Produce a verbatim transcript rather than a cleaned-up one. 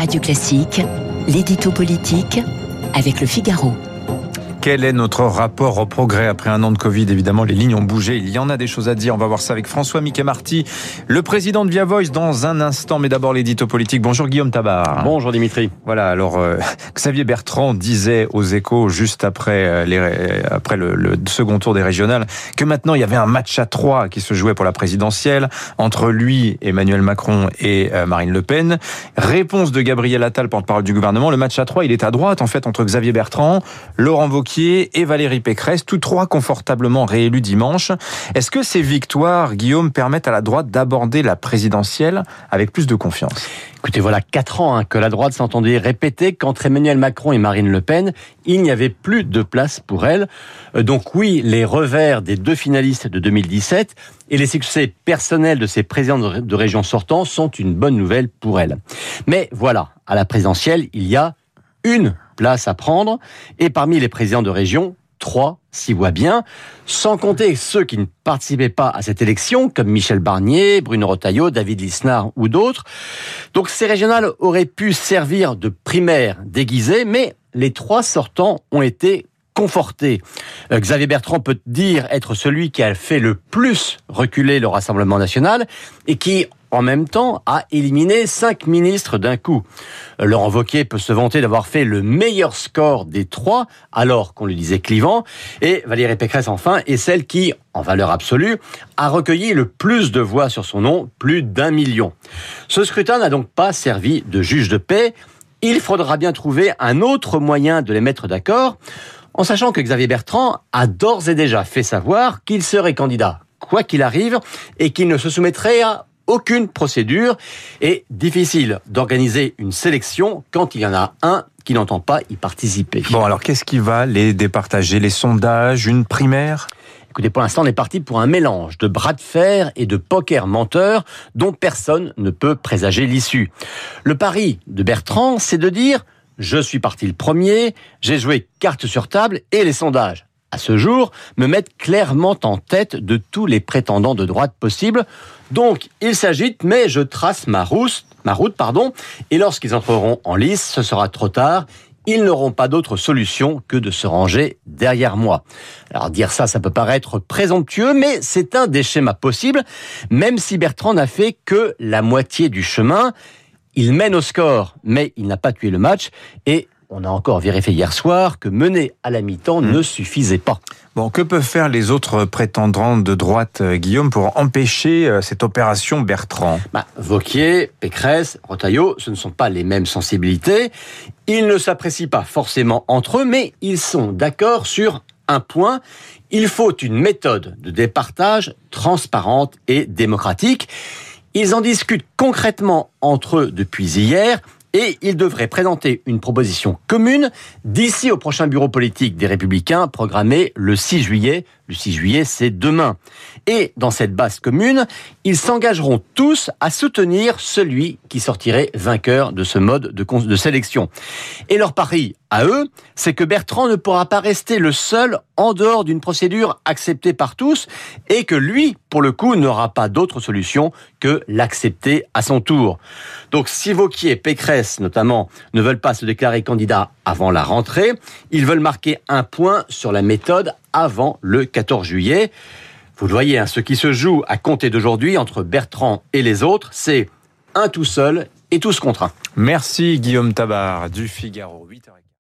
Radio Classique, l'édito politique avec Le Figaro. Quel est notre rapport au progrès après un an de Covid? Évidemment, les lignes ont bougé. Il y en a des choses à dire. On va voir ça avec François Mickey-Marty, le président de Via Voice, dans un instant. Mais d'abord, l'édito politique. Bonjour Guillaume Tabar. Bonjour Dimitri. Voilà, alors euh, Xavier Bertrand disait aux Échos, juste après, euh, les, après le, le second tour des régionales, que maintenant il y avait un match à trois qui se jouait pour la présidentielle, entre lui, Emmanuel Macron et euh, Marine Le Pen. Réponse de Gabriel Attal, porte-parole du gouvernement. Le match à trois, il est à droite, en fait, entre Xavier Bertrand, Laurent Wauquiez et Valérie Pécresse, tous trois confortablement réélus dimanche. Est-ce que ces victoires, Guillaume, permettent à la droite d'aborder la présidentielle avec plus de confiance? Écoutez, voilà quatre ans hein, que la droite s'entendait répéter qu'entre Emmanuel Macron et Marine Le Pen, il n'y avait plus de place pour elle. Euh, donc oui, les revers des deux finalistes de deux mille dix-sept et les succès personnels de ces présidents de, de région sortants sont une bonne nouvelle pour elle. Mais voilà, à la présidentielle, il y a une place à prendre, et parmi les présidents de région, trois s'y voient bien, sans compter ceux qui ne participaient pas à cette élection, comme Michel Barnier, Bruno Retailleau, David Lisnard ou d'autres. Donc ces régionales auraient pu servir de primaire déguisée, mais les trois sortants ont été confortés. Euh, Xavier Bertrand peut dire être celui qui a fait le plus reculer le Rassemblement national, et qui, en même temps, a éliminé cinq ministres d'un coup. Laurent Wauquiez peut se vanter d'avoir fait le meilleur score des trois, alors qu'on le disait clivant. Et Valérie Pécresse, enfin, est celle qui, en valeur absolue, a recueilli le plus de voix sur son nom, plus d'un million. Ce scrutin n'a donc pas servi de juge de paix. Il faudra bien trouver un autre moyen de les mettre d'accord, en sachant que Xavier Bertrand a d'ores et déjà fait savoir qu'il serait candidat, quoi qu'il arrive, et qu'il ne se soumettrait à aucune procédure, et difficile d'organiser une sélection quand il y en a un qui n'entend pas y participer. Bon, alors qu'est-ce qui va les départager? Les sondages, une primaire? Écoutez, pour l'instant, on est parti pour un mélange de bras de fer et de poker menteur dont personne ne peut présager l'issue. Le pari de Bertrand, c'est de dire « je suis parti le premier, j'ai joué carte sur table et les sondages ». À ce jour, me mettent clairement en tête de tous les prétendants de droite possibles. Donc, ils s'agitent, mais je trace ma route, ma route, pardon, et lorsqu'ils entreront en lice, ce sera trop tard. Ils n'auront pas d'autre solution que de se ranger derrière moi. Alors, dire ça, ça peut paraître présomptueux, mais c'est un des schémas possibles, même si Bertrand n'a fait que la moitié du chemin. Il mène au score, mais il n'a pas tué le match, et on a encore vérifié hier soir que mener à la mi-temps mmh. ne suffisait pas. Bon, que peuvent faire les autres prétendants de droite, Guillaume, pour empêcher cette opération Bertrand? Bah, Wauquiez, Pécresse, Retailleau, ce ne sont pas les mêmes sensibilités. Ils ne s'apprécient pas forcément entre eux, mais ils sont d'accord sur un point. Il faut une méthode de départage transparente et démocratique. Ils en discutent concrètement entre eux depuis hier. Et il devrait présenter une proposition commune d'ici au prochain bureau politique des Républicains programmé le six juillet. Le six juillet, c'est demain. Et dans cette base commune, ils s'engageront tous à soutenir celui qui sortirait vainqueur de ce mode de, de sélection. Et leur pari, à eux, c'est que Bertrand ne pourra pas rester le seul en dehors d'une procédure acceptée par tous et que lui, pour le coup, n'aura pas d'autre solution que l'accepter à son tour. Donc si Wauquiez et Pécresse, notamment, ne veulent pas se déclarer candidats avant la rentrée, ils veulent marquer un point sur la méthode avant le quatorze juillet. Vous le voyez, hein, ce qui se joue à compter d'aujourd'hui entre Bertrand et les autres, c'est un tout seul et tous contre un. Merci Guillaume Tabar du Figaro. huit heures quinze